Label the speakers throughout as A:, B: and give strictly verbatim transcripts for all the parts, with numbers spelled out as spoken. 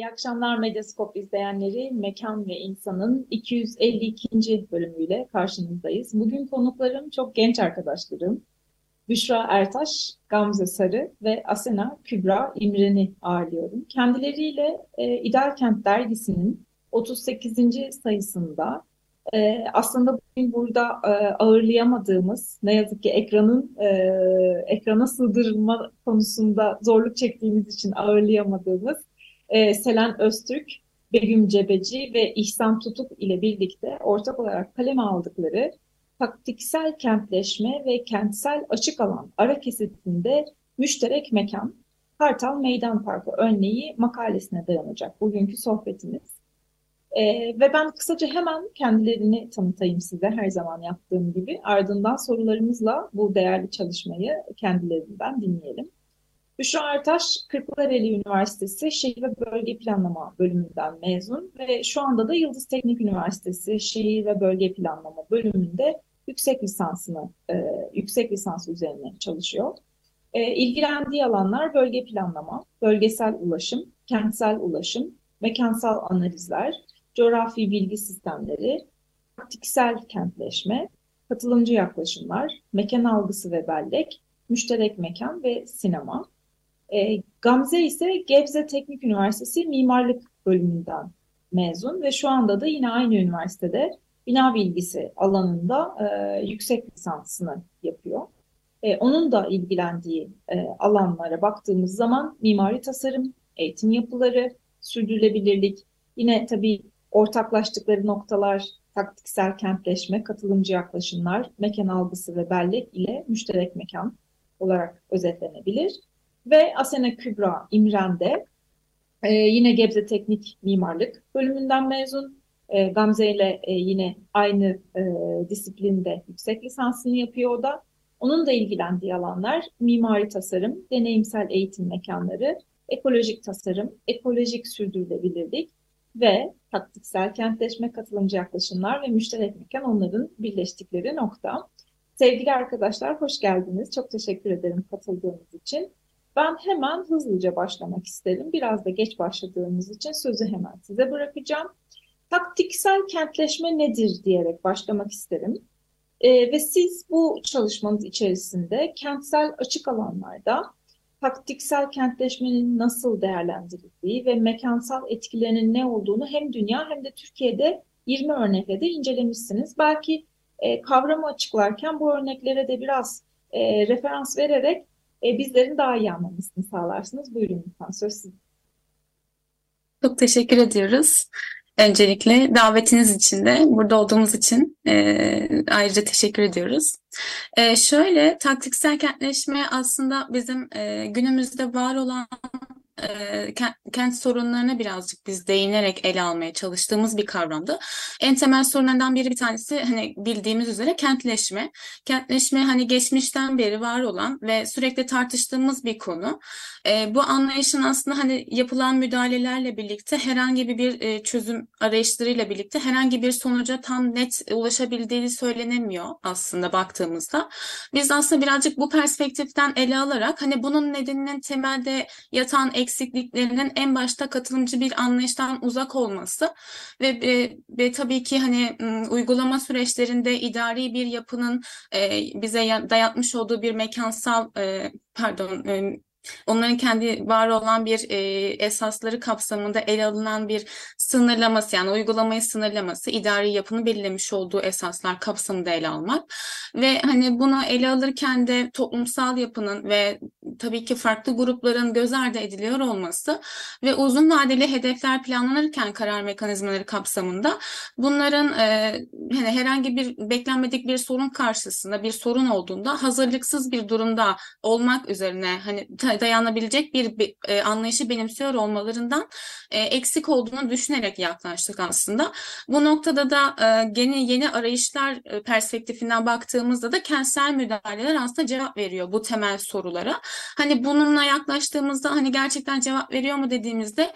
A: İyi akşamlar Medyaskop izleyenleri. Mekan ve İnsan'ın iki yüz elli ikinci bölümüyle karşınızdayız. Bugün konuklarım çok genç arkadaşlarım. Büşra Ertaş, Gamze Sarı ve Asena Kübra İmren'i ağırlıyorum. Kendileriyle e, İdeal Kent dergisinin otuz sekizinci sayısında e, aslında bugün burada e, ağırlayamadığımız, ne yazık ki ekranın e, ekrana sığdırma konusunda zorluk çektiğimiz için ağırlayamadığımız e, Selen Öztürk, Begüm Cebeci ve İhsan Tutuk ile birlikte ortak olarak kaleme aldıkları taktiksel kentleşme ve kentsel açık alan ara kesitinde müşterek mekan, Kartal Meydan Parkı örneği makalesine dayanacak bugünkü sohbetimiz. Ee, ve ben kısaca hemen kendilerini tanıtayım size her zaman yaptığım gibi. Ardından sorularımızla bu değerli çalışmayı kendilerinden dinleyelim. Büşra Ertaş, Kırklareli Üniversitesi Şehir ve Bölge Planlama bölümünden mezun ve şu anda da Yıldız Teknik Üniversitesi Şehir ve Bölge Planlama bölümünde yüksek lisansını, e, yüksek lisans üzerine çalışıyor. E, ilgilendiği alanlar bölge planlama, bölgesel ulaşım, kentsel ulaşım, mekansal analizler, coğrafi bilgi sistemleri, taktiksel kentleşme, katılımcı yaklaşımlar, mekan algısı ve bellek, müşterek mekan ve sinema. E, Gamze ise Gebze Teknik Üniversitesi Mimarlık bölümünden mezun ve şu anda da yine aynı üniversitede bina bilgisi alanında e, yüksek lisansını yapıyor. E, onun da ilgilendiği e, alanlara baktığımız zaman mimari tasarım, eğitim yapıları, sürdürülebilirlik, yine tabii ortaklaştıkları noktalar taktiksel kentleşme, katılımcı yaklaşımlar, mekan algısı ve bellek ile müşterek mekan olarak özetlenebilir. Ve Asena Kübra İmren de e, yine Gebze Teknik Mimarlık bölümünden mezun. E, Gamze ile e, yine aynı e, disiplinde yüksek lisansını yapıyor o da. Onun da ilgilendiği alanlar mimari tasarım, deneyimsel eğitim mekanları, ekolojik tasarım, ekolojik sürdürülebilirlik ve taktiksel kentleşme, katılımcı yaklaşımlar ve müşterek mekan onların birleştikleri nokta. Sevgili arkadaşlar, hoş geldiniz. Çok teşekkür ederim katıldığınız için. Ben hemen hızlıca başlamak isterim. Biraz da geç başladığımız için sözü hemen size bırakacağım. Taktiksel kentleşme nedir diyerek başlamak isterim. Ee, ve siz bu çalışmanız içerisinde kentsel açık alanlarda taktiksel kentleşmenin nasıl değerlendirildiği ve mekansal etkilerinin ne olduğunu hem dünya hem de Türkiye'de yirmi örnekle de incelemişsiniz. Belki e, kavramı açıklarken bu örneklere de biraz e, referans vererek e, bizlerin daha iyi anlamasını sağlarsınız. Buyurun lütfen söz sizin.
B: Çok teşekkür ediyoruz. Öncelikle davetiniz için de burada olduğumuz için e, ayrıca teşekkür ediyoruz. E, şöyle taktiksel kentleşme aslında bizim e, günümüzde var olan e, kent, kent sorunlarına birazcık biz değinerek ele almaya çalıştığımız bir kavramdı. En temel sorunlardan biri bir tanesi hani bildiğimiz üzere kentleşme. Kentleşme hani geçmişten beri var olan ve sürekli tartıştığımız bir konu. E, bu anlayışın aslında hani yapılan müdahalelerle birlikte herhangi bir e, çözüm arayışlarıyla birlikte herhangi bir sonuca tam net ulaşabildiği söylenemiyor aslında baktığımızda. Biz aslında birazcık bu perspektiften ele alarak hani bunun nedeninin temelde yatan eksikliklerinin en başta katılımcı bir anlayıştan uzak olması ve, e, ve tabii ki hani m, uygulama süreçlerinde idari bir yapının e, bize ya- dayatmış olduğu bir mekansal e, pardon e, onların kendi var olan bir e, esasları kapsamında ele alınan bir sınırlaması yani uygulamayı sınırlaması, idari yapının belirlemiş olduğu esaslar kapsamında ele almak ve hani bunu ele alırken de toplumsal yapının ve tabii ki farklı grupların göz ardı ediliyor olması ve uzun vadeli hedefler planlanırken karar mekanizmaları kapsamında bunların e, hani herhangi bir beklenmedik bir sorun karşısında bir sorun olduğunda hazırlıksız bir durumda olmak üzerine hani dayanabilecek bir, bir e, anlayışı benimsiyor olmalarından e, eksik olduğunu düşünerek yaklaştık aslında. Bu noktada da e, yeni yeni arayışlar e, perspektifinden baktığımızda da kentsel müdahaleler aslında cevap veriyor bu temel sorulara. Hani bununla yaklaştığımızda hani gerçekten cevap veriyor mu dediğimizde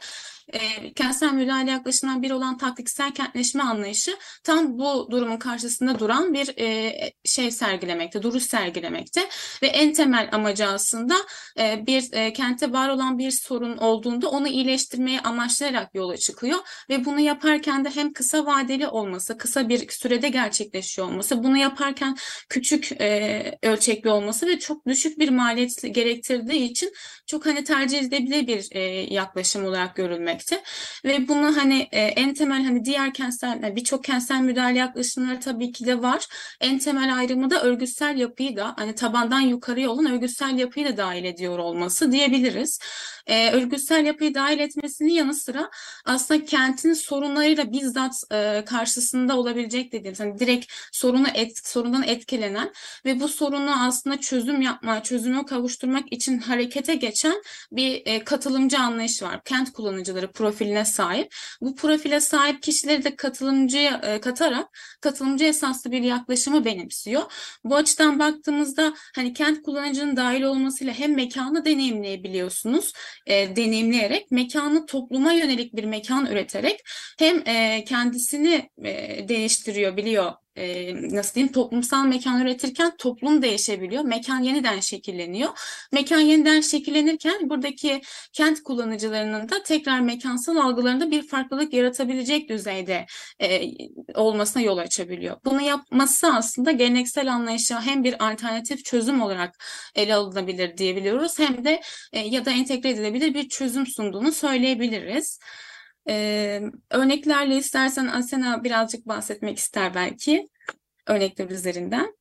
B: E, kentsel müdahale yaklaşımından biri olan taktiksel kentleşme anlayışı tam bu durumun karşısında duran bir e, şey sergilemekte, duruş sergilemekte ve en temel amacı aslında e, bir e, kentte var olan bir sorun olduğunda onu iyileştirmeyi amaçlayarak yola çıkıyor ve bunu yaparken de hem kısa vadeli olması, kısa bir sürede gerçekleşiyor olması, bunu yaparken küçük e, ölçekli olması ve çok düşük bir maliyet gerektirdiği için çok hani tercih edilebilir bir e, yaklaşım olarak görülmekte ve bunu hani e, en temel hani diğer kentsel yani birçok kentsel müdahale yaklaşımları tabii ki de var. En temel ayrımı da örgütsel yapıyı da hani tabandan yukarıya olan örgütsel yapıyı da dahil ediyor olması diyebiliriz. E, örgütsel yapıyı dahil etmesinin yanı sıra aslında kentin sorunlarıyla bizzat e, karşısında olabilecek dediğimiz hani direkt sorunu et, sorundan etkilenen ve bu sorunu aslında çözüm yapma, çözüme kavuşturmak için harekete geçen bir e, katılımcı anlayışı var. Kent kullanıcıları profiline sahip. Bu profile sahip kişileri de katılımcıya e, katarak katılımcı esaslı bir yaklaşımı benimsiyor. Bu açıdan baktığımızda hani kent kullanıcının dahil olmasıyla hem mekanı deneyimleyebiliyorsunuz, e, deneyimleyerek mekanı topluma yönelik bir mekan üreterek hem e, kendisini e, değiştiriyor, biliyor. E, nasıl diyeyim, toplumsal mekan üretirken toplum değişebiliyor. Mekan yeniden şekilleniyor. Mekan yeniden şekillenirken buradaki kent kullanıcılarının da tekrar mekansal algılarında bir farklılık yaratabilecek düzeyde e, olmasına yol açabiliyor. Bunu yapması aslında geleneksel anlayışa hem bir alternatif çözüm olarak ele alınabilir diyebiliyoruz hem de e, ya da entegre edilebilir bir çözüm sunduğunu söyleyebiliriz. Ee, örneklerle istersen Asena birazcık bahsetmek ister belki örnekler üzerinden.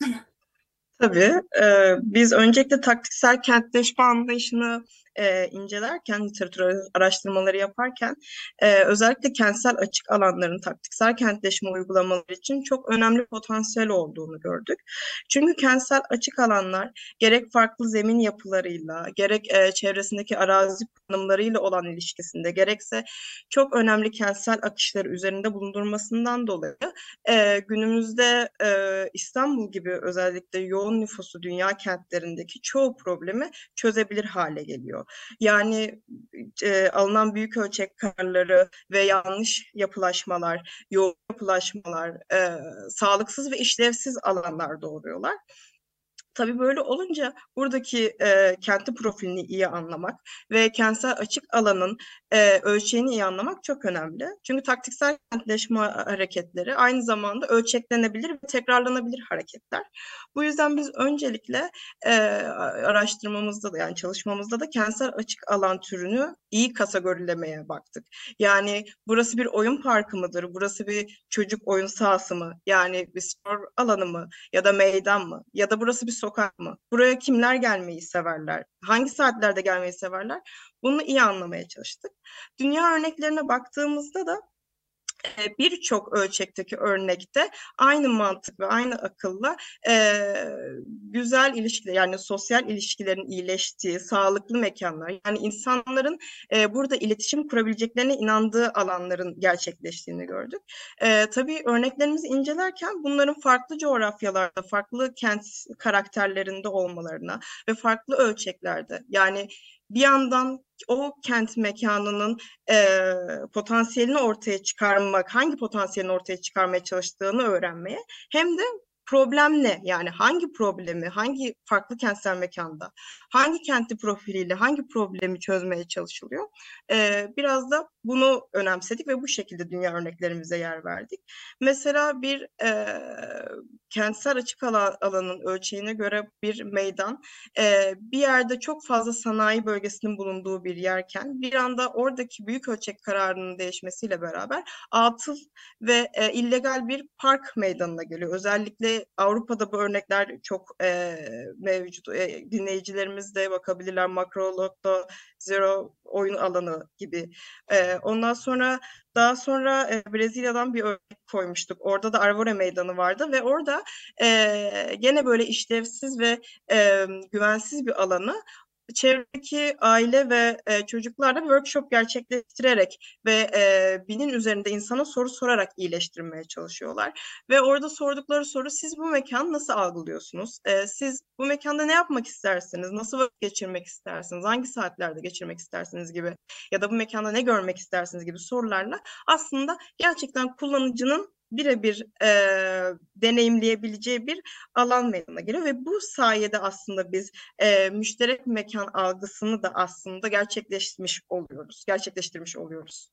C: Tabii. E, biz öncelikle taktiksel kentleşme anlayışını e, incelerken, literatür araştırmaları yaparken e, özellikle kentsel açık alanların taktiksel kentleşme uygulamaları için çok önemli potansiyel olduğunu gördük. Çünkü kentsel açık alanlar gerek farklı zemin yapılarıyla, gerek e, çevresindeki arazi kullanımlarıyla olan ilişkisinde, gerekse çok önemli kentsel akışları üzerinde bulundurmasından dolayı e, günümüzde e, İstanbul gibi özellikle yoğun nüfusu dünya kentlerindeki çoğu problemi çözebilir hale geliyor. Yani e, alınan büyük ölçek kararları ve yanlış yapılaşmalar, yoğun yapılaşmalar, e, sağlıksız ve işlevsiz alanlar doğuruyorlar. Tabii böyle olunca buradaki e, kenti profilini iyi anlamak ve kentsel açık alanın e, ölçeğini iyi anlamak çok önemli. Çünkü taktiksel kentleşme hareketleri aynı zamanda ölçeklenebilir ve tekrarlanabilir hareketler. Bu yüzden biz öncelikle e, araştırmamızda da yani çalışmamızda da kentsel açık alan türünü iyi kategorilemeye baktık. Yani burası bir oyun parkı mıdır? Burası bir çocuk oyun sahası mı? Yani bir spor alanı mı? Ya da meydan mı? Ya da burası bir sokak mı? Buraya kimler gelmeyi severler? Hangi saatlerde gelmeyi severler? Bunu iyi anlamaya çalıştık. Dünya örneklerine baktığımızda da birçok ölçekteki örnekte aynı mantık ve aynı akılla e, güzel ilişkiler yani sosyal ilişkilerin iyileştiği, sağlıklı mekanlar yani insanların e, burada iletişim kurabileceklerine inandığı alanların gerçekleştiğini gördük. E, tabii örneklerimizi incelerken bunların farklı coğrafyalarda, farklı kent karakterlerinde olmalarına ve farklı ölçeklerde yani bir yandan o kent mekanının e, potansiyelini ortaya çıkarmak, hangi potansiyelini ortaya çıkarmaya çalıştığını öğrenmeye hem de problem ne? Yani hangi problemi, hangi farklı kentsel mekanda, hangi kenti profiliyle hangi problemi çözmeye çalışılıyor? Ee, biraz da bunu önemsedik ve bu şekilde dünya örneklerimize yer verdik. Mesela bir e, kentsel açık alan, alanın ölçeğine göre bir meydan e, bir yerde çok fazla sanayi bölgesinin bulunduğu bir yerken bir anda oradaki büyük ölçek kararının değişmesiyle beraber atıl ve e, illegal bir park meydanına geliyor. Özellikle Avrupa'da bu örnekler çok e, mevcut. E, dinleyicilerimiz de bakabilirler. Macro Lotto Zero oyun alanı gibi. E, ondan sonra daha sonra e, Brezilya'dan bir örnek koymuştuk. Orada da Arvore Meydanı vardı ve orada e, gene böyle işlevsiz ve e, güvensiz bir alanı çevredeki aile ve e, çocuklarla bir workshop gerçekleştirerek ve e, binin üzerinde insana soru sorarak iyileştirmeye çalışıyorlar. Ve orada sordukları soru, siz bu mekanı nasıl algılıyorsunuz? E, siz bu mekanda ne yapmak istersiniz? Nasıl vakit geçirmek istersiniz? Hangi saatlerde geçirmek istersiniz gibi ya da bu mekanda ne görmek istersiniz gibi sorularla aslında gerçekten kullanıcının birebir e, deneyimleyebileceği bir alan meydana geliyor ve bu sayede aslında biz e, müşterek mekan algısını da aslında gerçekleştirmiş oluyoruz, gerçekleştirmiş oluyoruz.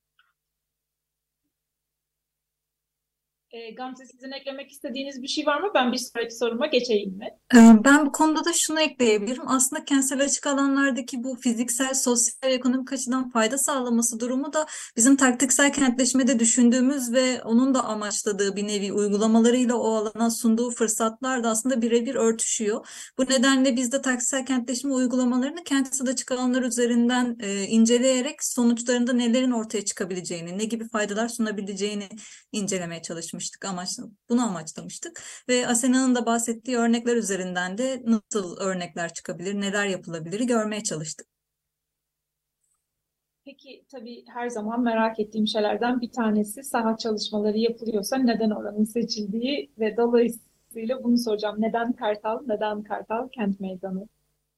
A: E, Gamze, sizin eklemek istediğiniz bir şey var mı? Ben bir sonraki soruma geçeyim mi?
D: Ee, Ben bu konuda da şunu ekleyebilirim. Aslında kentsel açık alanlardaki bu fiziksel, sosyal, ekonomik açıdan fayda sağlaması durumu da bizim taktiksel kentleşmede düşündüğümüz ve onun da amaçladığı bir nevi uygulamalarıyla o alana sunduğu fırsatlar da aslında birebir örtüşüyor. Bu nedenle biz de taktiksel kentleşme uygulamalarını kentsel açık alanlar üzerinden e, inceleyerek sonuçlarında nelerin ortaya çıkabileceğini, ne gibi faydalar sunabileceğini incelemeye çalışmıştık. Amaç, bunu amaçlamıştık. Ve Asena'nın da bahsettiği örnekler üzerinden de nasıl örnekler çıkabilir, neler yapılabilir görmeye çalıştık.
A: Peki tabii her zaman merak ettiğim şeylerden bir tanesi, saha çalışmaları yapılıyorsa neden oranın seçildiği ve dolayısıyla bunu soracağım. Neden Kartal, neden Kartal Kent Meydanı?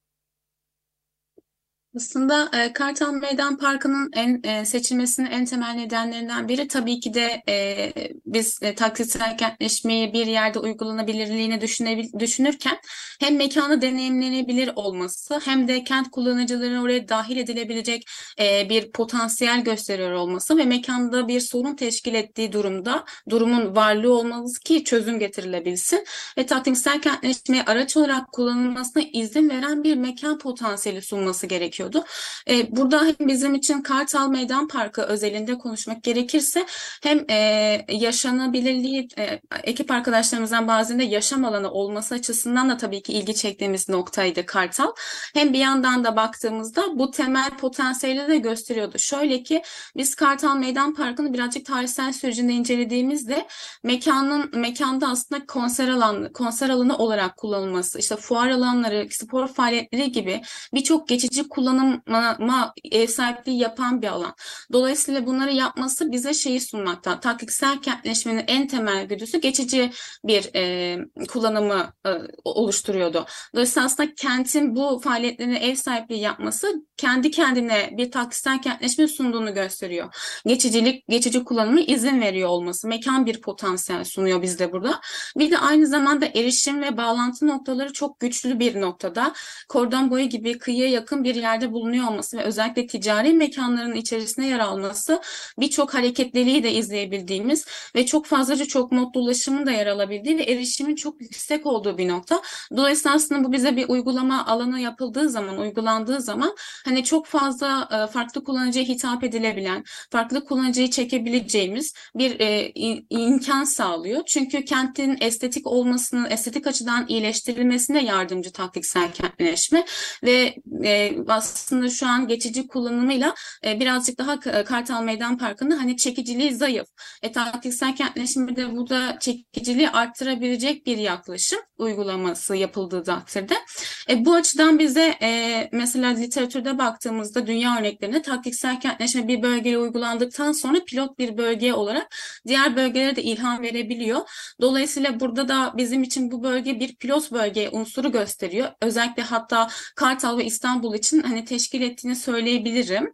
B: Aslında e, Kartal Meydan Parkı'nın en e, seçilmesinin en temel nedenlerinden biri tabii ki de e, biz e, taktiksel kentleşmeyi bir yerde uygulanabilirliğini düşünebil- düşünürken hem mekanı deneyimlenebilir olması hem de kent kullanıcılarının oraya dahil edilebilecek e, bir potansiyel gösteriyor olması ve mekanda bir sorun teşkil ettiği durumda durumun varlığı olmalı ki çözüm getirilebilsin ve taktiksel kentleşmeye araç olarak kullanılmasına izin veren bir mekan potansiyeli sunması gerekiyordu. E, burada hem bizim için Kartal Meydan Parkı özelinde konuşmak gerekirse hem e, yaşanabilirliği e, ekip arkadaşlarımızdan bazılarında yaşam alanı olması açısından da tabii ki ilgi çektiğimiz noktaydı Kartal. Hem bir yandan da baktığımızda bu temel potansiyeli de gösteriyordu. Şöyle ki biz Kartal Meydan Parkı'nı birazcık tarihsel sürecinde incelediğimizde mekanın mekanda aslında konser alanı, konser alanı olarak kullanılması, işte fuar alanları, spor faaliyetleri gibi birçok geçici kullanıma ev sahipliği yapan bir alan. Dolayısıyla bunları yapması bize şeyi sunmakta. Taktiksel kentleşmenin en temel güdüsü geçici bir e, kullanımı e, oluşturuyordu. Dolayısıyla aslında kentin bu faaliyetlerine ev sahipliği yapması kendi kendine bir taktiksel kentleşme sunduğunu gösteriyor. Geçicilik, geçici kullanımı izin veriyor olması, mekan bir potansiyel sunuyor bizde burada. Bir de aynı zamanda erişim ve bağlantı noktaları çok güçlü bir noktada. Kordon boyu gibi kıyıya yakın bir yerde bulunuyor olması ve özellikle ticari mekanların içerisine yer alması birçok hareketliliği de izleyebildiğimiz ve çok fazlaca çok modlu ulaşımın da yer alabildiği ve erişimin çok yüksek olduğu bir nokta. Dolayısıyla aslında bu bize bir uygulama alanı yapıldığı zaman, uygulandığı zaman hani çok fazla e, farklı kullanıcıya hitap edilebilen, farklı kullanıcıyı çekebileceğimiz bir e, imkan sağlıyor. Çünkü kentin estetik olmasını, estetik açıdan iyileştirilmesine yardımcı taktiksel kentleşme ve e, aslında şu an geçici kullanımıyla e, birazcık daha Kartal Meydan Parkı'nda hani çekiciliği zayıf. E, taktiksel kentleşmede burada çekiciliği arttırabilecek bir yaklaşım uygulaması yapıldığı takdirde. E, bu açıdan bize e, mesela literatürde baktığımızda dünya örneklerinde taktiksel kentleşme bir bölgeye uygulandıktan sonra pilot bir bölge olarak diğer bölgelere de ilham verebiliyor. Dolayısıyla burada da bizim için bu bölge bir pilot bölge unsuru gösteriyor. Özellikle hatta Kartal ve İstanbul için hani teşkil ettiğini söyleyebilirim.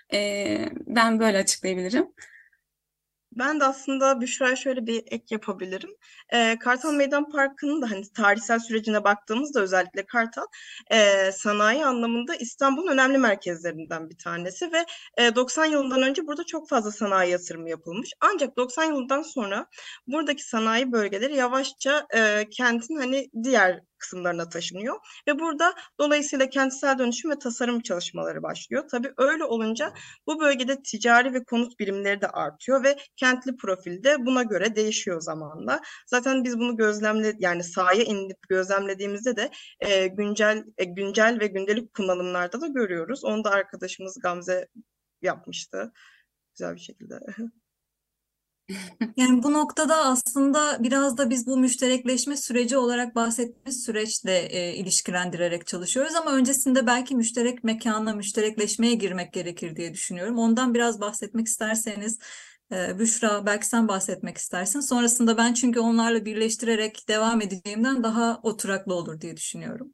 B: E, ben böyle açıklayabilirim.
C: Ben de aslında Büşra'ya şöyle bir ek yapabilirim. Ee, Kartal Meydan Parkı'nın da hani tarihsel sürecine baktığımızda özellikle Kartal e, sanayi anlamında İstanbul'un önemli merkezlerinden bir tanesi ve e, doksan yılından önce burada çok fazla sanayi yatırımı yapılmış. Ancak doksan yılından sonra buradaki sanayi bölgeleri yavaşça e, kentin hani diğer kısımlarına taşınıyor ve burada dolayısıyla kentsel dönüşüm ve tasarım çalışmaları başlıyor. Tabii öyle olunca bu bölgede ticari ve konut birimleri de artıyor ve kentli profilde buna göre değişiyor zamanla. Zaten biz bunu gözlemle yani sahaya inip gözlemlediğimizde de e, güncel e, güncel ve gündelik kullanımlarda da görüyoruz. Onu da arkadaşımız Gamze yapmıştı güzel bir şekilde.
D: Yani bu noktada aslında biraz da biz bu müşterekleşme süreci olarak bahsettiğimiz süreçle e, ilişkilendirerek çalışıyoruz ama öncesinde belki müşterek mekana, müşterekleşmeye girmek gerekir diye düşünüyorum. Ondan biraz bahsetmek isterseniz e, Büşra, belki sen bahsetmek istersin. Sonrasında ben, çünkü onlarla birleştirerek devam edeceğimden daha oturaklı olur diye düşünüyorum.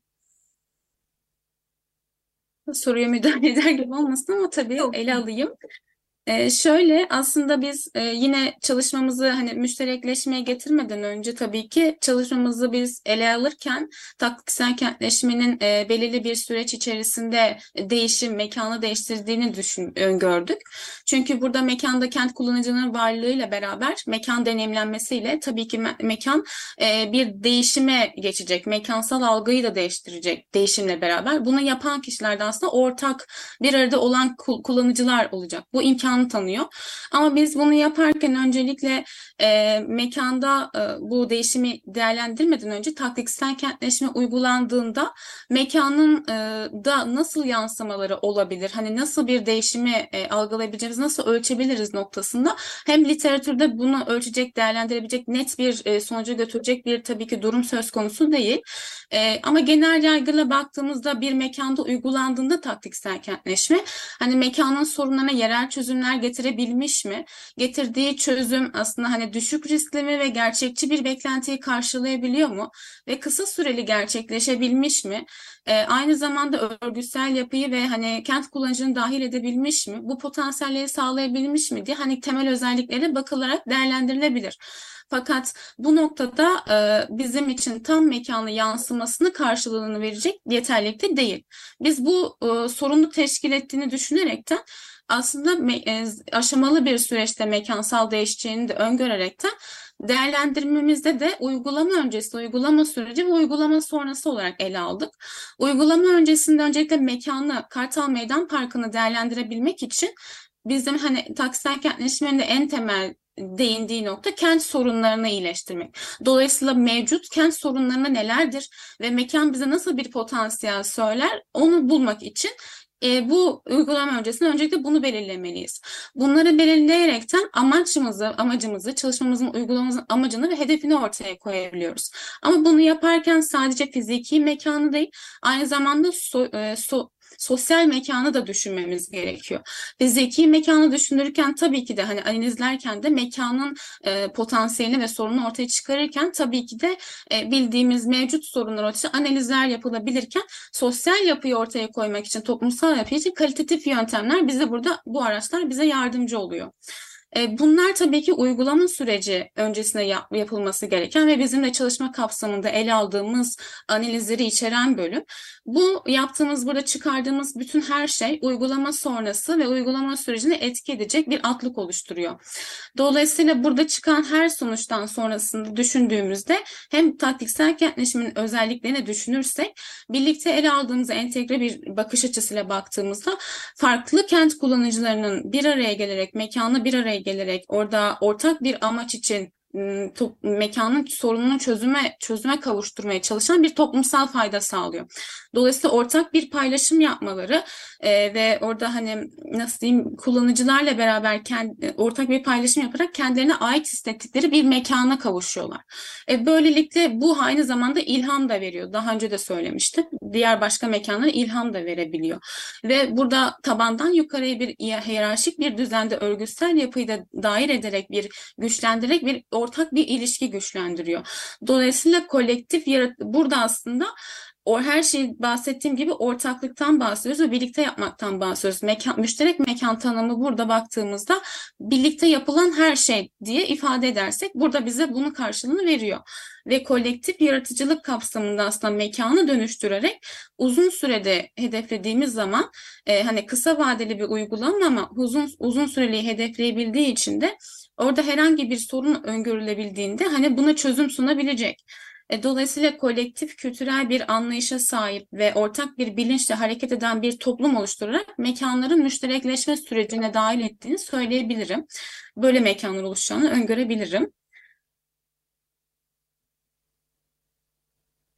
B: Soruya müdahale eder gibi olmasın ama tabii
D: Yok.
B: ele alayım. Ee, şöyle aslında biz e, yine çalışmamızı hani müşterekleşmeye getirmeden önce tabii ki çalışmamızı biz ele alırken taktiksel kentleşmenin e, belirli bir süreç içerisinde değişim, mekanı değiştirdiğini düşün, öngördük. Çünkü burada mekanda kent kullanıcının varlığıyla beraber mekan deneyimlenmesiyle tabii ki me- mekan e, bir değişime geçecek. Mekansal algıyı da değiştirecek değişimle beraber. Bunu yapan kişiler de aslında ortak bir arada olan kul- kullanıcılar olacak. Bu imkanı tanıyor. Ama biz bunu yaparken öncelikle e, mekanda e, bu değişimi değerlendirmeden önce taktiksel kentleşme uygulandığında mekanın e, da nasıl yansımaları olabilir? Hani nasıl bir değişimi e, algılayabileceğimiz, nasıl ölçebiliriz noktasında hem literatürde bunu ölçecek, değerlendirebilecek net bir e, sonuca götürecek bir tabii ki durum söz konusu değil. E, ama genel yargıyla baktığımızda bir mekanda uygulandığında taktiksel kentleşme hani mekanın sorunlarına yerel çözümler getirebilmiş mi? Getirdiği çözüm aslında hani düşük riskli mi ve gerçekçi bir beklentiyi karşılayabiliyor mu? Ve kısa süreli gerçekleşebilmiş mi? E, aynı zamanda örgütsel yapıyı ve hani kent kullanıcını dahil edebilmiş mi? Bu potansiyelleri sağlayabilmiş mi diye hani temel özelliklere bakılarak değerlendirilebilir. Fakat bu noktada e, bizim için tam mekanı yansımasını karşılığını verecek yeterlilikte değil. Biz bu e, sorunu teşkil ettiğini düşünerekten aslında me- e, aşamalı bir süreçte mekansal değişeceğini de öngörerekten değerlendirmemizde de uygulama öncesi, uygulama süreci ve uygulama sonrası olarak ele aldık. Uygulama öncesinde öncelikle mekanı, Kartal Meydan Parkı'nı değerlendirebilmek için bizim hani taksel kentleşmenin de en temel değindiği nokta kent sorunlarını iyileştirmek. Dolayısıyla mevcut kent sorunlarına nelerdir ve mekan bize nasıl bir potansiyel söyler onu bulmak için e, bu uygulama öncesinde öncelikle bunu belirlemeliyiz. Bunları belirleyerekten amaçımızı, amacımızı, çalışmamızın, uygulamamızın amacını ve hedefini ortaya koyabiliyoruz. Ama bunu yaparken sadece fiziki mekanı değil, aynı zamanda so, e, so, sosyal mekanı da düşünmemiz gerekiyor. Fiziki mekanı düşünürken tabii ki de hani analizlerken de mekanın e, potansiyelini ve sorunu ortaya çıkarırken tabii ki de e, bildiğimiz mevcut sorunlar ortaya analizler yapılabilirken sosyal yapıyı ortaya koymak için, toplumsal yapı için kalitatif yöntemler bize burada, bu araçlar bize yardımcı oluyor. Bunlar tabii ki uygulama süreci öncesinde yap, yapılması gereken ve bizim de çalışma kapsamında ele aldığımız analizleri içeren bölüm. Bu yaptığımız, burada çıkardığımız bütün her şey uygulama sonrası ve uygulama sürecini etki edecek bir atlık oluşturuyor. Dolayısıyla burada çıkan her sonuçtan sonrasında düşündüğümüzde hem taktiksel kentleşmenin özelliklerini düşünürsek birlikte ele aldığımız entegre bir bakış açısıyla baktığımızda farklı kent kullanıcılarının bir araya gelerek, mekanı bir araya gelerek orada ortak bir amaç için mekanın sorununu çözüme çözüme kavuşturmaya çalışan bir toplumsal fayda sağlıyor. Dolayısıyla ortak bir paylaşım yapmaları e, ve orada hani nasıl diyeyim kullanıcılarla beraber kendi, ortak bir paylaşım yaparak kendilerine ait hissettikleri bir mekana kavuşuyorlar. E, böylelikle bu aynı zamanda ilham da veriyor. Daha önce de söylemiştim. Diğer başka mekanlara ilham da verebiliyor. Ve burada tabandan yukarıya bir hiyerarşik bir düzende örgütsel yapıyı da dair ederek bir güçlendirerek bir ortak bir ilişki güçlendiriyor. Dolayısıyla kolektif yarat burada aslında o her şeyi bahsettiğim gibi ortaklıktan bahsediyoruz ve birlikte yapmaktan bahsediyoruz. Mekan, müşterek mekan tanımı burada baktığımızda birlikte yapılan her şey diye ifade edersek burada bize bunun karşılığını veriyor. Ve kolektif yaratıcılık kapsamında aslında mekanı dönüştürerek uzun sürede hedeflediğimiz zaman e, hani kısa vadeli bir uygulama ama uzun uzun süreli hedefleyebildiği için de orada herhangi bir sorun öngörülebildiğinde hani buna çözüm sunabilecek. E, dolayısıyla kolektif kültürel bir anlayışa sahip ve ortak bir bilinçle hareket eden bir toplum oluşturarak mekanların müşterekleşme sürecine dahil ettiğini söyleyebilirim. Böyle mekanlar oluşacağını öngörebilirim.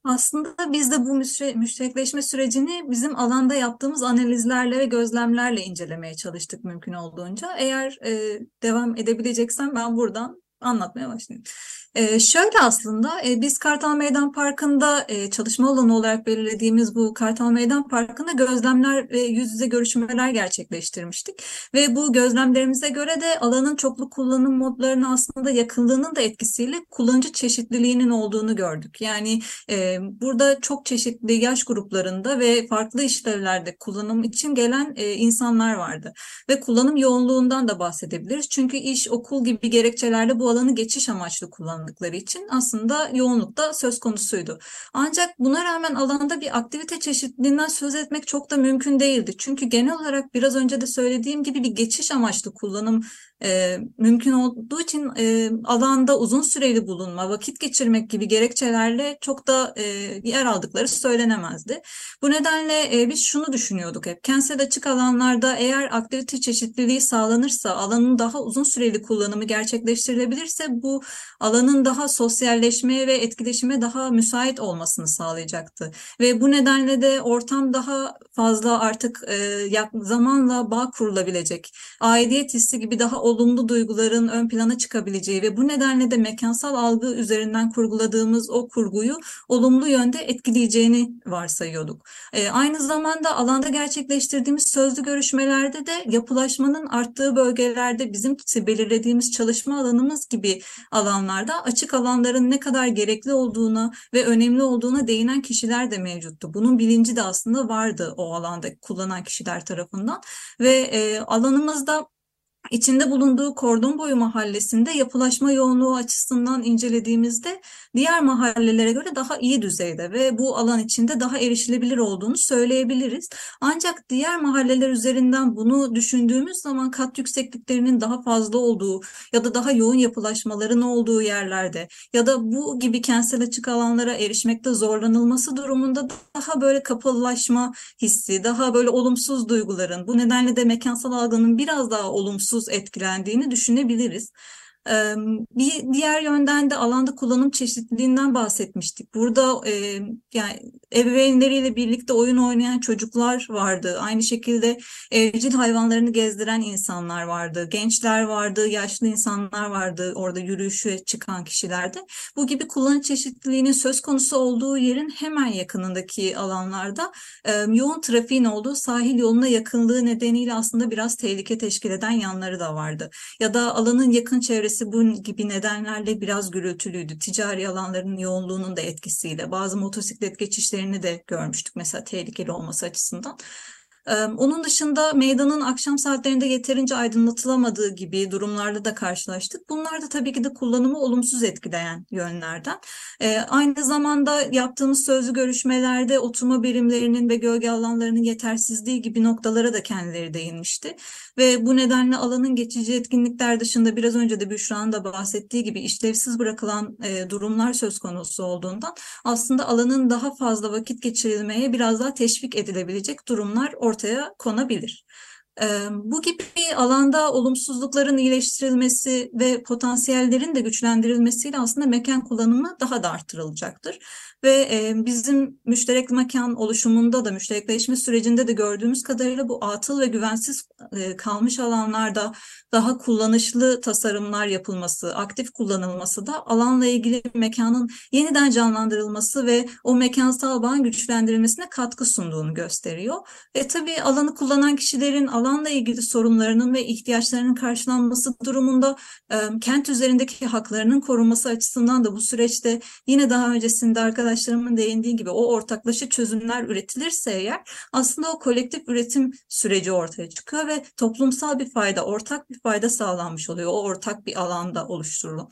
D: Aslında biz de bu müşte- müşterekleşme sürecini bizim alanda yaptığımız analizlerle ve gözlemlerle incelemeye çalıştık mümkün olduğunca. Eğer e, devam edebileceksem ben buradan anlatmaya başlayayım. E, şöyle aslında e, biz Kartal Meydan Parkı'nda e, çalışma alanı olarak belirlediğimiz bu Kartal Meydan Parkı'nda gözlemler ve yüz yüze görüşmeler gerçekleştirmiştik. Ve bu gözlemlerimize göre de alanın çoklu kullanım modlarına aslında yakınlığının da etkisiyle kullanıcı çeşitliliğinin olduğunu gördük. Yani ee, burada çok çeşitli yaş gruplarında ve farklı işlevlerde kullanım için gelen e, insanlar vardı. Ve kullanım yoğunluğundan da bahsedebiliriz. Çünkü iş, okul gibi gerekçelerle bu alanı geçiş amaçlı kullandıkları için aslında yoğunluk da söz konusuydu. Ancak buna rağmen alanda bir aktivite çeşitliliğinden söz etmek çok da mümkün değildi. Çünkü genel olarak biraz önce de söylediğim gibi bir geçiş amaçlı kullanım e, mümkün olduğu için e, alanda uzun süreli bulunma, vakit geçirmek gibi gerekçelerle çok da e, yer aldıkları söylenemezdi. Bu nedenle e, biz şunu düşünüyorduk hep. Kentsel açık alanlarda eğer aktivite çeşitliliği sağlanırsa, alanın daha uzun süreli kullanımı gerçekleştirilebilirse bu alanın daha sosyalleşmeye ve etkileşime daha müsait olmasını sağlayacaktı. Ve bu nedenle de ortam daha fazla artık e, yak- zamanla bağ kurulabilecek, aidiyet hissi gibi daha olumlu duyguların ön plana çıkabileceği ve bu nedenle de mekansal algı üzerinden kurguladığımız o kurguyu olumlu yönde etkileyeceğini varsayıyorduk. E, aynı zamanda alanda gerçekleştirdiğimiz sözlü görüşmelerde de yapılaşmanın arttığı bölgelerde bizim belirlediğimiz çalışma alanımız gibi alanlarda açık alanların ne kadar gerekli olduğuna ve önemli olduğuna değinen kişiler de mevcuttu. Bunun bilinci de aslında vardı o alanda kullanan kişiler tarafından ve e, alanımızda İçinde bulunduğu Kordonboyu mahallesinde yapılaşma yoğunluğu açısından incelediğimizde diğer mahallelere göre daha iyi düzeyde ve bu alan içinde daha erişilebilir olduğunu söyleyebiliriz. Ancak diğer mahalleler üzerinden bunu düşündüğümüz zaman kat yüksekliklerinin daha fazla olduğu ya da daha yoğun yapılaşmaların olduğu yerlerde ya da bu gibi kentsel açık alanlara erişmekte zorlanılması durumunda daha böyle kapalılaşma hissi, daha böyle olumsuz duyguların, bu nedenle de mekansal algının biraz daha olumsuz etkilendiğini düşünebiliriz. Ee, Bir diğer yönden de alanda kullanım çeşitliliğinden bahsetmiştik. Burada e, yani ebeveynleriyle birlikte oyun oynayan çocuklar vardı. Aynı şekilde evcil hayvanlarını gezdiren insanlar vardı. Gençler vardı, yaşlı insanlar vardı. Orada yürüyüşe çıkan kişilerde. Bu gibi kullanım çeşitliliğinin söz konusu olduğu yerin hemen yakınındaki alanlarda e, yoğun trafiğin olduğu sahil yoluna yakınlığı nedeniyle aslında biraz tehlike teşkil eden yanları da vardı. Ya da alanın yakın çevresi bu gibi nedenlerle biraz gürültülüydü. Ticari alanların yoğunluğunun da etkisiyle bazı motosiklet geçişlerini de görmüştük mesela tehlikeli olması açısından. Ee, Onun dışında meydanın akşam saatlerinde yeterince aydınlatılamadığı gibi durumlarla da karşılaştık. Bunlar da tabii ki de kullanımı olumsuz etkileyen yönlerden. Ee, Aynı zamanda yaptığımız sözlü görüşmelerde oturma birimlerinin ve gölge alanlarının yetersizliği gibi noktalara da kendileri değinmişti. Ve bu nedenle alanın geçici etkinlikler dışında biraz önce de Büşra'nın da bahsettiği gibi işlevsiz bırakılan e, durumlar söz konusu olduğundan aslında alanın daha fazla vakit geçirilmeye biraz daha teşvik edilebilecek durumlar ortaya konabilir. Ee, Bu gibi alanda olumsuzlukların iyileştirilmesi ve potansiyellerin de güçlendirilmesiyle aslında mekan kullanımı daha da artırılacaktır. Ve e, bizim müşterek mekan oluşumunda da müşterekleşme sürecinde de gördüğümüz kadarıyla bu atıl ve güvensiz e, kalmış alanlarda daha kullanışlı tasarımlar yapılması, aktif kullanılması da alanla ilgili mekanın yeniden canlandırılması ve o mekansal bağın güçlendirilmesine katkı sunduğunu gösteriyor. Ve tabii alanı kullanan kişilerin alanla ilgili sorunlarının ve ihtiyaçlarının karşılanması durumunda e, kent üzerindeki haklarının korunması açısından da bu süreçte yine daha öncesinde arkadaşlarımın değindiği gibi o ortaklaşa çözümler üretilirse eğer aslında o kolektif üretim süreci ortaya çıkıyor ve toplumsal bir fayda, ortak bir fayda sağlanmış oluyor. O ortak bir alanda oluşturulan.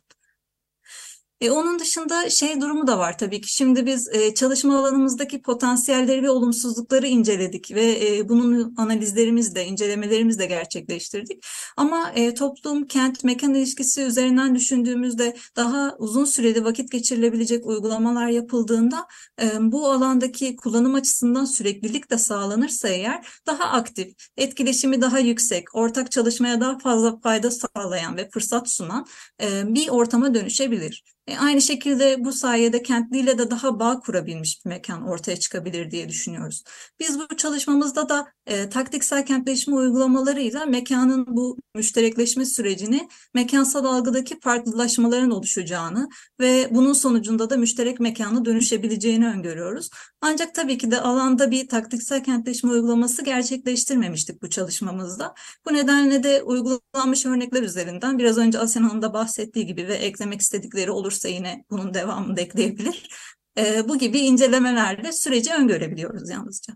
D: E, onun dışında şey durumu da var tabii ki. Şimdi biz e, çalışma alanımızdaki potansiyelleri ve olumsuzlukları inceledik ve e, bunun analizlerimizi de, incelemelerimizi de gerçekleştirdik. Ama e, toplum, kent, mekan ilişkisi üzerinden düşündüğümüzde daha uzun süreli vakit geçirilebilecek uygulamalar yapıldığında e, bu alandaki kullanım açısından süreklilik de sağlanırsa eğer daha aktif, etkileşimi daha yüksek, ortak çalışmaya daha fazla fayda sağlayan ve fırsat sunan e, bir ortama dönüşebilir. E, aynı şekilde bu sayede kentliyle de daha bağ kurabilmiş bir mekan ortaya çıkabilir diye düşünüyoruz. Biz bu çalışmamızda da e, taktiksel kentleşme uygulamalarıyla mekanın bu müşterekleşme sürecini mekansal algıdaki farklılaşmaların oluşacağını ve bunun sonucunda da müşterek mekana dönüşebileceğini öngörüyoruz. Ancak tabii ki de alanda bir taktiksel kentleşme uygulaması gerçekleştirmemiştik bu çalışmamızda. Bu nedenle de uygulanmış örnekler üzerinden biraz önce Asena Hanım da bahsettiği gibi ve eklemek istedikleri olursa yine bunun devamını da ekleyebilir. Ee, bu gibi incelemelerle süreci öngörebiliyoruz yalnızca.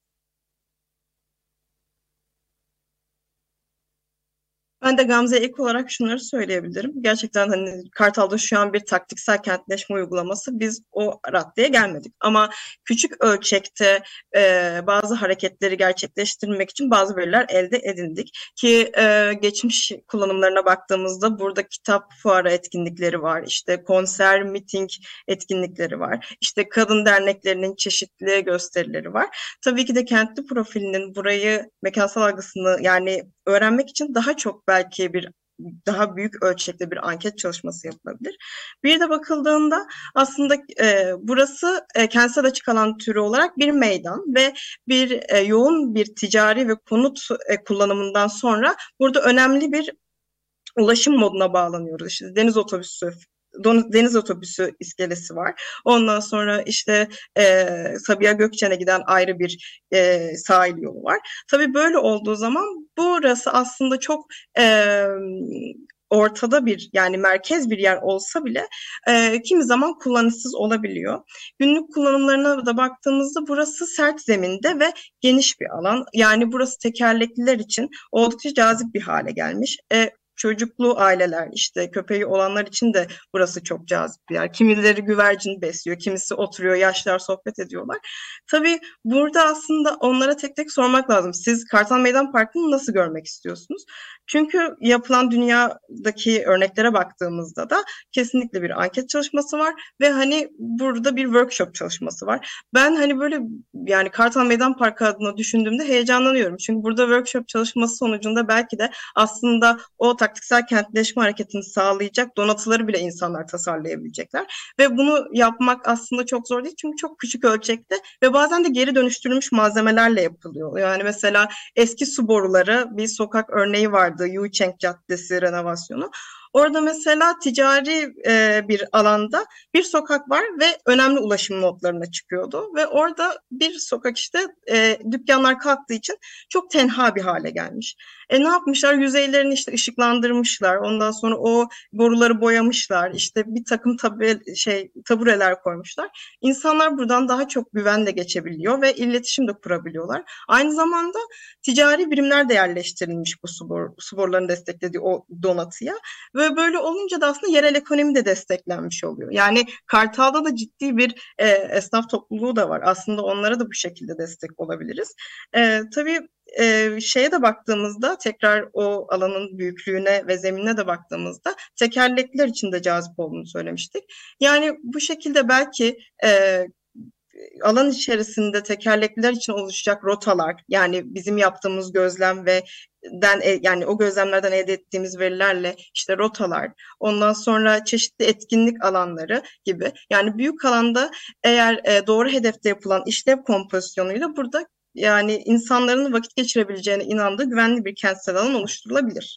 C: Ben de Gamze'ye ek olarak şunları söyleyebilirim. Gerçekten hani Kartal'da şu an bir taktiksel kentleşme uygulaması, biz o raddeye gelmedik. Ama küçük ölçekte e, bazı hareketleri gerçekleştirmek için bazı veriler elde edindik. Ki e, geçmiş kullanımlarına baktığımızda burada kitap fuarı etkinlikleri var, işte konser, miting etkinlikleri var, işte kadın derneklerinin çeşitli gösterileri var. Tabii ki de kentli profilinin burayı, mekansal algısını yani öğrenmek için daha çok belki bir daha büyük ölçekte bir anket çalışması yapılabilir. Bir de bakıldığında aslında e, burası e, kentsel açık alan türü olarak bir meydan ve bir e, yoğun bir ticari ve konut e, kullanımından sonra burada önemli bir ulaşım moduna bağlanıyoruz. İşte deniz otobüsü deniz otobüsü iskelesi var. Ondan sonra işte e, Sabiha Gökçen'e giden ayrı bir e, sahil yolu var. Tabii böyle olduğu zaman burası aslında çok e, ortada bir, yani merkez bir yer olsa bile e, kimi zaman kullanışsız olabiliyor. Günlük kullanımlarına da baktığımızda burası sert zeminde ve geniş bir alan. Yani burası tekerlekliler için oldukça cazip bir hale gelmiş. E, Çocuklu aileler, işte köpeği olanlar için de burası çok cazip bir yer. Kimileri güvercin besliyor, kimisi oturuyor, yaşlılar sohbet ediyorlar. Tabii burada aslında onlara tek tek sormak lazım. Siz Kartal Meydan Parkı'nı nasıl görmek istiyorsunuz? Çünkü yapılan dünyadaki örneklere baktığımızda da kesinlikle bir anket çalışması var ve hani burada bir workshop çalışması var. Ben hani böyle yani Kartal Meydan Parkı adına düşündüğümde heyecanlanıyorum. Çünkü burada workshop çalışması sonucunda belki de aslında o taktiksel kentleşme hareketini sağlayacak donatıları bile insanlar tasarlayabilecekler. Ve bunu yapmak aslında çok zor değil çünkü çok küçük ölçekte ve bazen de geri dönüştürülmüş malzemelerle yapılıyor. Yani mesela eski su boruları, bir sokak örneği vardı, Yucheng Caddesi renovasyonu. Orada mesela ticari e, bir alanda bir sokak var ve önemli ulaşım notlarına çıkıyordu. Ve orada bir sokak işte e, dükkanlar kalktığı için çok tenha bir hale gelmiş. E ne yapmışlar? Yüzeylerini işte ışıklandırmışlar. Ondan sonra o boruları boyamışlar. İşte bir takım tabel, şey tabureler koymuşlar. İnsanlar buradan daha çok güvenle geçebiliyor ve iletişim de kurabiliyorlar. Aynı zamanda ticari birimler de yerleştirilmiş bu su, bor, su borularını desteklediği o donatıya. Ve böyle olunca da aslında yerel ekonomi de desteklenmiş oluyor. Yani Kartal'da da ciddi bir e, esnaf topluluğu da var. Aslında onlara da bu şekilde destek olabiliriz. E, tabii e, şeye de baktığımızda, tekrar o alanın büyüklüğüne ve zeminine de baktığımızda tekerlekliler için de cazip olduğunu söylemiştik. Yani bu şekilde belki e, alan içerisinde tekerlekliler için oluşacak rotalar, yani bizim yaptığımız gözlem ve den yani o gözlemlerden elde ettiğimiz verilerle işte rotalar, ondan sonra çeşitli etkinlik alanları gibi, yani büyük alanda eğer e, doğru hedefte yapılan işlev kompozisyonuyla burada yani insanların vakit geçirebileceğine inandığı güvenli bir kentsel alan oluşturulabilir.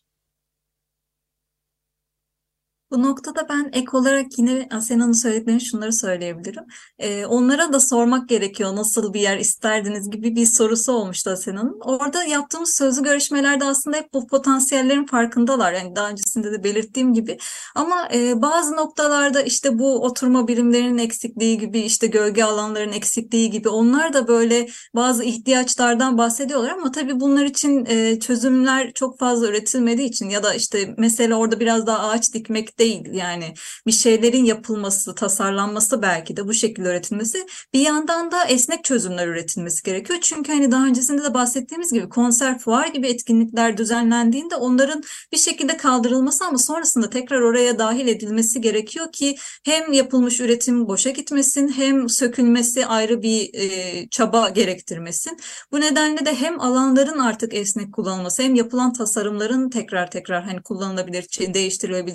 D: Bu noktada ben ek olarak yine Asena'nın söylediklerini şunları söyleyebilirim. Ee, onlara da sormak gerekiyor, nasıl bir yer isterdiniz gibi bir sorusu olmuştu Asena'nın. Orada yaptığımız sözlü görüşmelerde aslında hep bu potansiyellerin farkındalar. Yani daha öncesinde de belirttiğim gibi. Ama e, bazı noktalarda işte bu oturma birimlerinin eksikliği gibi, işte gölge alanların eksikliği gibi, onlar da böyle bazı ihtiyaçlardan bahsediyorlar ama tabii bunlar için e, çözümler çok fazla üretilmediği için ya da işte mesela orada biraz daha ağaç dikmek değil, yani bir şeylerin yapılması, tasarlanması, belki de bu şekilde üretilmesi, bir yandan da esnek çözümler üretilmesi gerekiyor. Çünkü hani daha öncesinde de bahsettiğimiz gibi konser, fuar gibi etkinlikler düzenlendiğinde onların bir şekilde kaldırılması ama sonrasında tekrar oraya dahil edilmesi gerekiyor ki hem yapılmış üretim boşa gitmesin, hem sökülmesi ayrı bir e, çaba gerektirmesin. Bu nedenle de hem alanların artık esnek kullanılması, hem yapılan tasarımların tekrar tekrar hani kullanılabilir, değiştirilebilir şekilde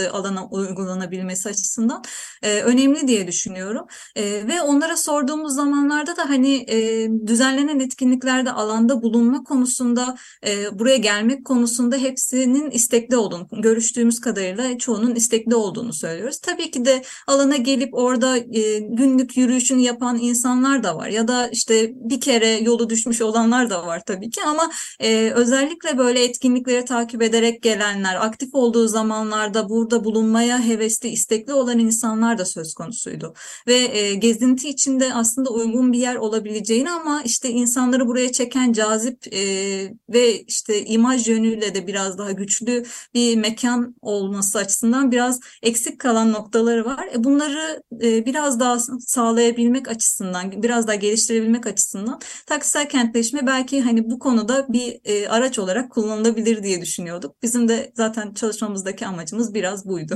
D: başladığı alana uygulanabilmesi açısından e, önemli diye düşünüyorum. E, ve onlara sorduğumuz zamanlarda da hani e, düzenlenen etkinliklerde alanda bulunma konusunda, e, buraya gelmek konusunda hepsinin istekli olduğunu, görüştüğümüz kadarıyla çoğunun istekli olduğunu söylüyoruz. Tabii ki de alana gelip orada e, günlük yürüyüşünü yapan insanlar da var ya da işte bir kere yolu düşmüş olanlar da var tabii ki, ama e, özellikle böyle etkinlikleri takip ederek gelenler, aktif olduğu zamanlarda burada bulunmaya hevesli, istekli olan insanlar da söz konusuydu. Ve e, gezinti içinde aslında uygun bir yer olabileceğini, ama işte insanları buraya çeken cazip e, ve işte imaj yönüyle de biraz daha güçlü bir mekan olması açısından biraz eksik kalan noktaları var. E, bunları e, biraz daha sağlayabilmek açısından, biraz daha geliştirebilmek açısından taktisel kentleşme belki hani bu konuda bir e, araç olarak kullanılabilir diye düşünüyorduk. Bizim de zaten çalışmamızdaki amacımız biraz buydu.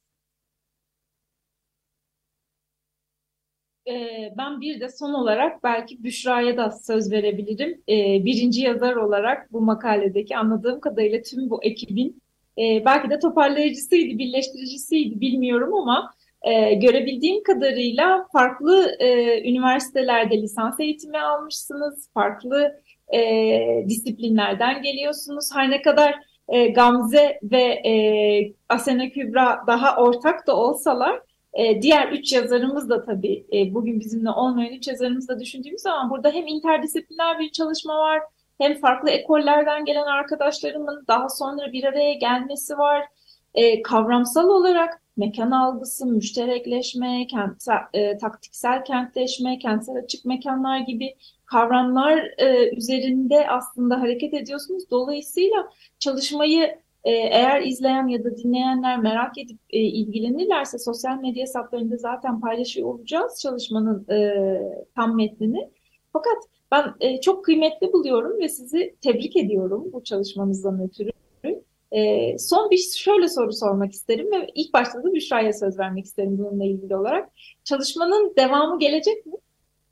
A: Ee, Ben bir de son olarak belki Büşra'ya da söz verebilirim. Ee, birinci yazar olarak bu makaledeki anladığım kadarıyla tüm bu ekibin e, belki de toparlayıcısıydı, birleştiricisiydi bilmiyorum ama e, görebildiğim kadarıyla farklı e, üniversitelerde lisans eğitimi almışsınız, farklı e, disiplinlerden geliyorsunuz. Her ne kadar e, Gamze ve e, Asena Kübra daha ortak da olsalar, e, diğer üç yazarımız da tabii e, bugün bizimle olmayan üç yazarımız da düşündüğümüz zaman burada hem interdisipliner bir çalışma var, hem farklı ekollerden gelen arkadaşlarımın daha sonra bir araya gelmesi var. E, kavramsal olarak mekan algısı, müşterekleşme, kentsel, e, taktiksel kentleşme, kentsel açık mekanlar gibi kavramlar e, üzerinde aslında hareket ediyorsunuz. Dolayısıyla çalışmayı e, eğer izleyen ya da dinleyenler merak edip e, ilgilenirlerse sosyal medya hesaplarında zaten paylaşıyor olacağız çalışmanın e, tam metnini. Fakat ben e, çok kıymetli buluyorum ve sizi tebrik ediyorum bu çalışmanızdan ötürü. E, son bir şöyle soru sormak isterim ve ilk başta da Büşra'ya söz vermek isterim bununla ilgili olarak. Çalışmanın devamı gelecek mi?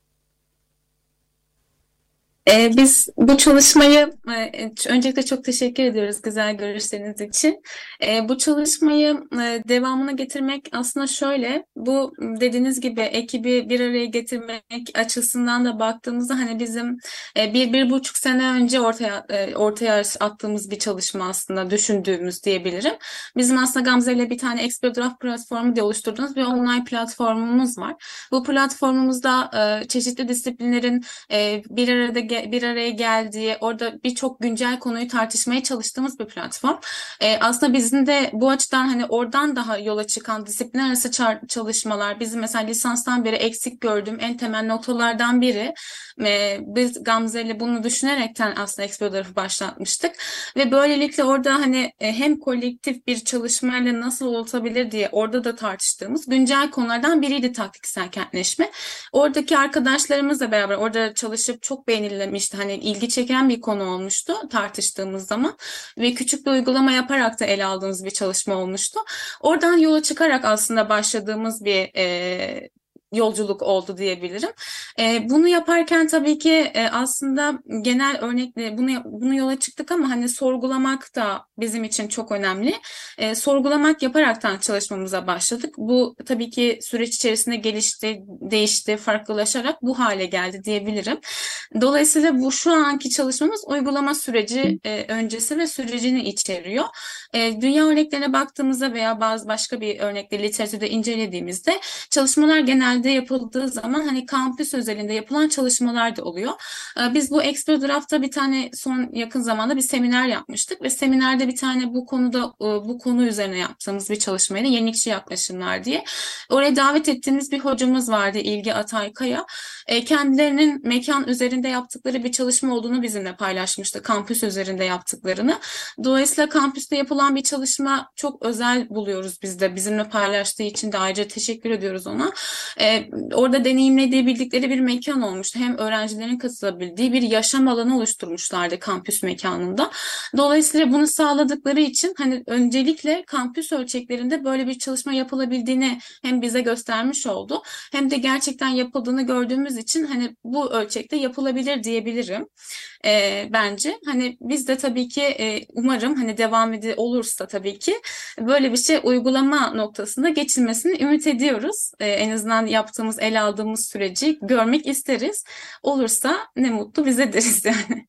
B: Ee, biz bu çalışmayı e, öncelikle çok teşekkür ediyoruz güzel görüşleriniz için. E, bu çalışmayı e, devamına getirmek aslında şöyle, bu dediğiniz gibi ekibi bir araya getirmek açısından da baktığımızda hani bizim e, bir, bir buçuk sene önce ortaya e, ortaya attığımız bir çalışma aslında düşündüğümüz diyebilirim. Bizim aslında Gamze ile bir tane Expedraft platformu diye oluşturduğumuz bir online platformumuz var. Bu platformumuzda e, çeşitli disiplinlerin e, bir arada bir araya geldiği, orada birçok güncel konuyu tartışmaya çalıştığımız bir platform. Ee, aslında bizim de bu açıdan hani oradan daha yola çıkan disiplin arası çalışmalar, bizim mesela lisanstan beri eksik gördüğüm en temel noktalardan biri. Ee, biz Gamze ile bunu düşünerekten aslında Explorer'ı başlatmıştık ve böylelikle orada hani hem kolektif bir çalışmayla nasıl olabilir diye orada da tartıştığımız güncel konulardan biriydi taktiksel kentleşme. Oradaki arkadaşlarımızla beraber orada çalışıp çok beğenilmişti. Hani ilgi çeken bir konu olmuştu tartıştığımız zaman ve küçük bir uygulama yaparak da ele aldığımız bir çalışma olmuştu. Oradan yola çıkarak aslında başladığımız bir e, yolculuk oldu diyebilirim. E, bunu yaparken tabii ki e, aslında genel örnekle bunu bunu yola çıktık ama hani sorgulamak da bizim için çok önemli. E, sorgulamak yaparaktan çalışmamıza başladık. Bu tabii ki süreç içerisinde gelişti, değişti, farklılaşarak bu hale geldi diyebilirim. Dolayısıyla bu şu anki çalışmamız uygulama süreci e, öncesi ve sürecini içeriyor. E, dünya örneklerine baktığımızda veya bazı başka bir örnekleri literatürde incelediğimizde çalışmalar genelde yapıldığı zaman hani kampüs özelinde yapılan çalışmalar da oluyor. E, biz bu Expedraft'ta bir tane son yakın zamanda bir seminer yapmıştık ve seminerde bir tane bu konuda e, bu konu üzerine yaptığımız bir çalışmaydı. Yenilikçi yaklaşımlar diye. Oraya davet ettiğimiz bir hocamız vardı, İlgi Ataykaya. E, kendilerinin mekan üzerinde yaptıkları bir çalışma olduğunu bizimle paylaşmıştı. Kampüs üzerinde yaptıklarını. Dolayısıyla kampüste yapılan bir çalışma çok özel buluyoruz biz de. Bizimle paylaştığı için de ayrıca teşekkür ediyoruz ona. Ee, orada deneyimleyebildikleri bir mekan olmuştu. Hem öğrencilerin katılabildiği bir yaşam alanı oluşturmuşlardı kampüs mekanında. Dolayısıyla bunu sağladıkları için hani öncelikle kampüs ölçeklerinde böyle bir çalışma yapılabildiğini hem bize göstermiş oldu hem de gerçekten yapıldığını gördüğümüz için hani bu ölçekte yapılabilir diyebilirim. E, bence hani biz de tabii ki e, umarım hani devam edi olursa tabii ki böyle bir şey uygulama noktasında geçilmesini ümit ediyoruz. E, en azından yaptığımız, ele aldığımız süreci görmek isteriz. Olursa ne mutlu bize deriz yani.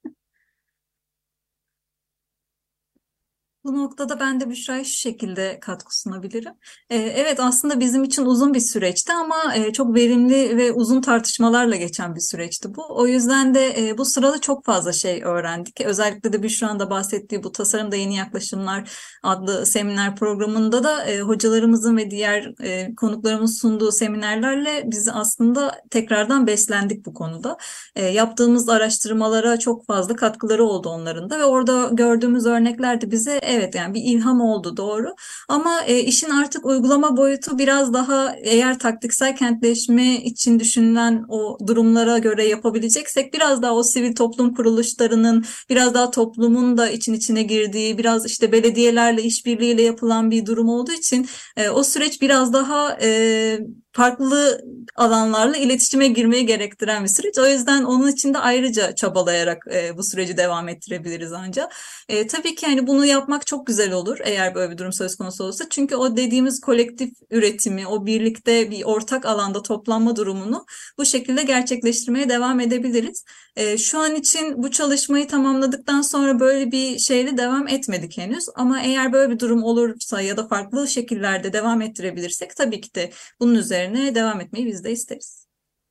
D: Bu noktada ben de Büşra'ya şu şekilde katkı sunabilirim. Ee, evet aslında bizim için uzun bir süreçti ama e, çok verimli ve uzun tartışmalarla geçen bir süreçti bu. O yüzden de e, bu sırada çok fazla şey öğrendik. Özellikle de Büşra'nın da bahsettiği bu Tasarımda Yeni Yaklaşımlar adlı seminer programında da e, hocalarımızın ve diğer e, konuklarımız sunduğu seminerlerle biz aslında tekrardan beslendik bu konuda. E, yaptığımız araştırmalara çok fazla katkıları oldu onların da ve orada gördüğümüz örnekler de bize evet yani bir ilham oldu doğru. Ama e, işin artık uygulama boyutu biraz daha eğer taktiksel kentleşme için düşünülen o durumlara göre yapabileceksek biraz daha o sivil toplum kuruluşlarının biraz daha toplumun da için içine girdiği biraz işte belediyelerle işbirliğiyle yapılan bir durum olduğu için e, o süreç biraz daha e, farklı alanlarla iletişime girmeyi gerektiren bir süreç. O yüzden onun için de ayrıca çabalayarak e, bu süreci devam ettirebiliriz ancak. E, tabii ki hani bunu yapmak çok güzel olur eğer böyle bir durum söz konusu olursa. Çünkü o dediğimiz kolektif üretimi, o birlikte bir ortak alanda toplanma durumunu bu şekilde gerçekleştirmeye devam edebiliriz. E, şu an için bu çalışmayı tamamladıktan sonra böyle bir şeyle devam etmedik henüz. Ama eğer böyle bir durum olursa ya da farklı şekillerde devam ettirebilirsek tabii ki de bunun üzerine devam etmeyi biz de isteriz.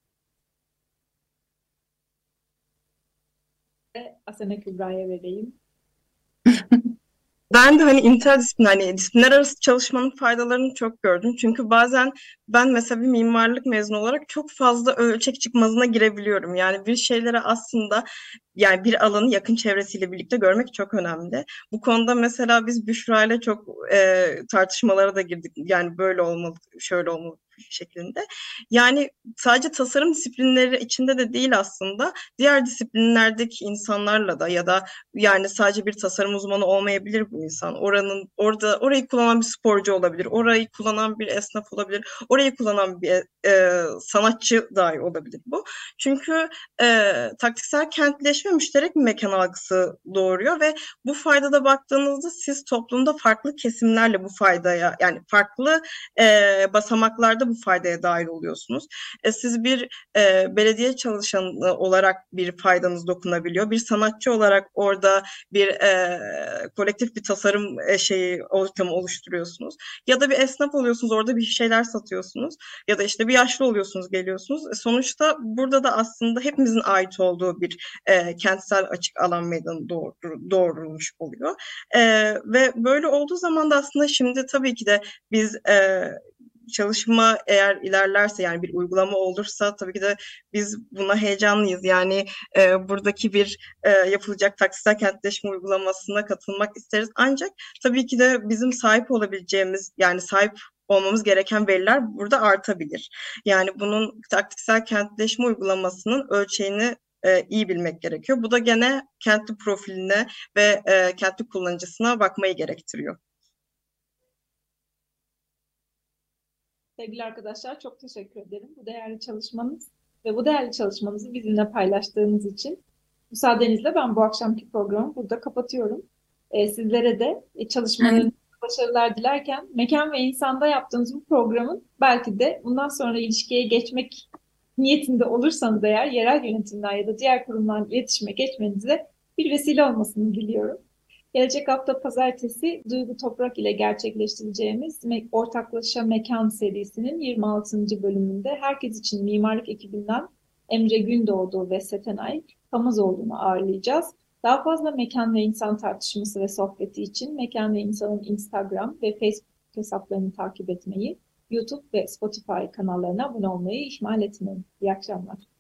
A: Ve Asena Kübra'ya vereyim.
C: Ben de hani interdisipliner, hani disiplinler arası çalışmanın faydalarını çok gördüm. Çünkü bazen ben mesela bir mimarlık mezunu olarak çok fazla ölçek çıkmazına girebiliyorum. Yani bir şeylere aslında yani bir alanı yakın çevresiyle birlikte görmek çok önemli. Bu konuda mesela biz Büşra ile çok e, tartışmalara da girdik. Yani böyle olmalı, şöyle olmalı şeklinde. Yani sadece tasarım disiplinleri içinde de değil aslında. Diğer disiplinlerdeki insanlarla da ya da yani sadece bir tasarım uzmanı olmayabilir bu insan. Oranın orada orayı kullanan bir sporcu olabilir, orayı kullanan bir esnaf olabilir, orayı kullanan bir e, sanatçı dahi olabilir bu. Çünkü e, taktiksel kentleşme müşterek bir mekan algısı doğuruyor ve bu faydada baktığınızda siz toplumda farklı kesimlerle bu faydaya yani farklı e, basamaklarda bu faydaya dahil oluyorsunuz. E, siz bir e, belediye çalışanı olarak bir faydanız dokunabiliyor. Bir sanatçı olarak orada bir e, kolektif bir tasarım e, şeyi ortamı oluşturuyorsunuz. Ya da bir esnaf oluyorsunuz, orada bir şeyler satıyorsunuz. Ya da işte bir yaşlı oluyorsunuz, geliyorsunuz. E, sonuçta burada da aslında hepimizin ait olduğu bir e, kentsel açık alan meydanı doğru, doğrulmuş oluyor. E, ve böyle olduğu zaman da aslında şimdi tabii ki de biz e, çalışma eğer ilerlerse yani bir uygulama olursa tabii ki de biz buna heyecanlıyız. Yani e, buradaki bir e, yapılacak taktiksel kentleşme uygulamasına katılmak isteriz. Ancak tabii ki de bizim sahip olabileceğimiz yani sahip olmamız gereken veriler burada artabilir. Yani bunun taktiksel kentleşme uygulamasının ölçeğini e, iyi bilmek gerekiyor. Bu da gene kentli profiline ve e, kentli kullanıcısına bakmayı gerektiriyor.
A: Sevgili arkadaşlar çok teşekkür ederim bu değerli çalışmanız ve bu değerli çalışmanızı bizimle paylaştığınız için. Müsaadenizle ben bu akşamki programı burada kapatıyorum. Ee, sizlere de e, çalışmalarınızda başarılar dilerken mekan ve insanda yaptığınız bu programın belki de bundan sonra ilişkiye geçmek niyetinde olursanız eğer yerel yönetimler ya da diğer kurumlarla iletişime geçmenize bir vesile olmasını diliyorum. Gelecek hafta pazartesi Duygu Toprak ile gerçekleştireceğimiz Me- Ortaklaşa Mekan serisinin yirmi altıncı bölümünde herkes için mimarlık ekibinden Emre Gündoğdu ve Setenay Kamazoğlu'nu ağırlayacağız. Daha fazla mekan ve insan tartışması ve sohbeti için Mekan ve İnsan'ın Instagram ve Facebook hesaplarını takip etmeyi, YouTube ve Spotify kanallarına abone olmayı ihmal etmeyin. İyi akşamlar.